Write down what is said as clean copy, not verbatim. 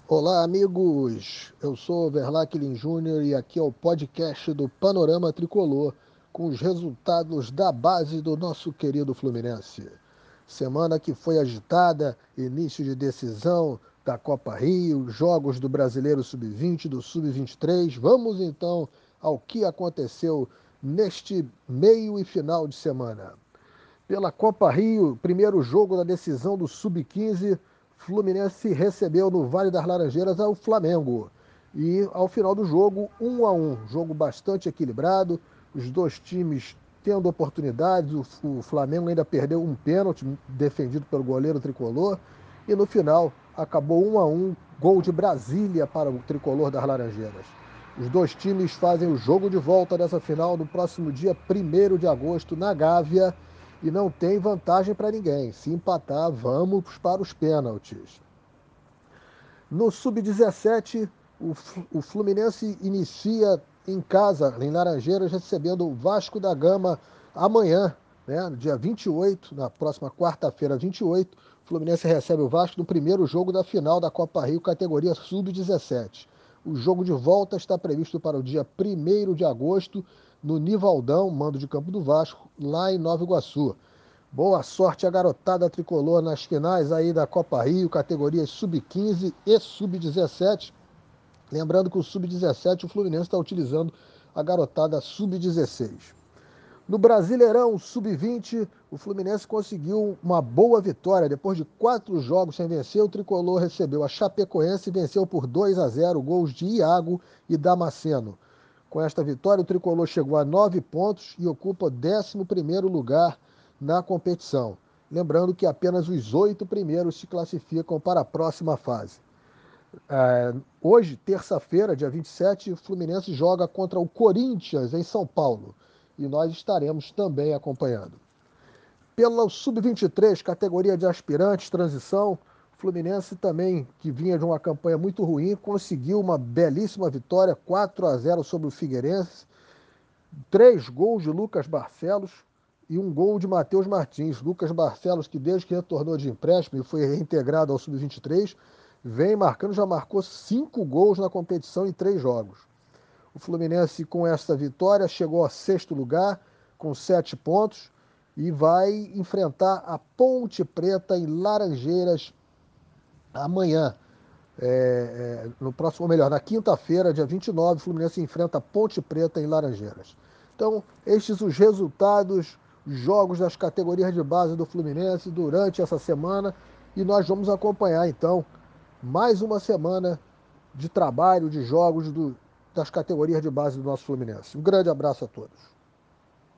Olá, amigos! Eu sou Verlaquilin Júnior e aqui é o podcast do Panorama Tricolor, com os resultados da base do nosso querido Fluminense. Semana que foi agitada, início de decisão da Copa Rio, jogos do Brasileiro Sub-20, do Sub-23. Vamos então ao que aconteceu neste meio e final de semana. Pela Copa Rio, primeiro jogo da decisão do Sub-15, Fluminense recebeu no Vale das Laranjeiras ao Flamengo. E ao final do jogo, 1-1, jogo bastante equilibrado, os dois times tendo oportunidades, o Flamengo ainda perdeu um pênalti defendido pelo goleiro tricolor, e no final acabou 1-1, gol de Brasília para o tricolor das Laranjeiras. Os dois times fazem o jogo de volta dessa final no próximo dia 1º de agosto na Gávea e não tem vantagem para ninguém. Se empatar, vamos para os pênaltis. No Sub-17, o Fluminense inicia em casa, em Laranjeiras, recebendo o Vasco da Gama amanhã, né, no dia 28, na próxima quarta-feira, 28. O Fluminense recebe o Vasco no primeiro jogo da final da Copa Rio, categoria Sub-17. O jogo de volta está previsto para o dia 1º de agosto, no Nivaldão, mando de campo do Vasco, lá em Nova Iguaçu. Boa sorte a garotada tricolor nas finais aí da Copa Rio, categorias Sub-15 e Sub-17. Lembrando que o Sub-17 o Fluminense está utilizando a garotada Sub-16. No Brasileirão Sub-20, o Fluminense conseguiu uma boa vitória. Depois de 4 jogos sem vencer, o tricolor recebeu a Chapecoense e venceu por 2-0, gols de Iago e Damasceno. Com esta vitória, o tricolor chegou a 9 pontos e ocupa o 11º lugar na competição. Lembrando que apenas os 8 primeiros se classificam para a próxima fase. Hoje, terça-feira, dia 27, o Fluminense joga contra o Corinthians em São Paulo e nós estaremos também acompanhando. Pela Sub-23, categoria de aspirantes, transição, o Fluminense também, que vinha de uma campanha muito ruim, conseguiu uma belíssima vitória, 4-0 sobre o Figueirense. 3 gols de Lucas Barcelos e um gol de Matheus Martins. Lucas Barcelos, que desde que retornou de empréstimo e foi reintegrado ao Sub-23, vem marcando, já marcou 5 gols na competição em 3 jogos. O Fluminense, com esta vitória, chegou a sexto lugar, com 7 pontos, e vai enfrentar a Ponte Preta em Laranjeiras amanhã. No próximo, ou melhor, na quinta-feira, dia 29, o Fluminense enfrenta a Ponte Preta em Laranjeiras. Então, estes os resultados, jogos das categorias de base do Fluminense durante essa semana, e nós vamos acompanhar então mais uma semana de trabalho, de jogos das categorias de base do nosso Fluminense. Um grande abraço a todos.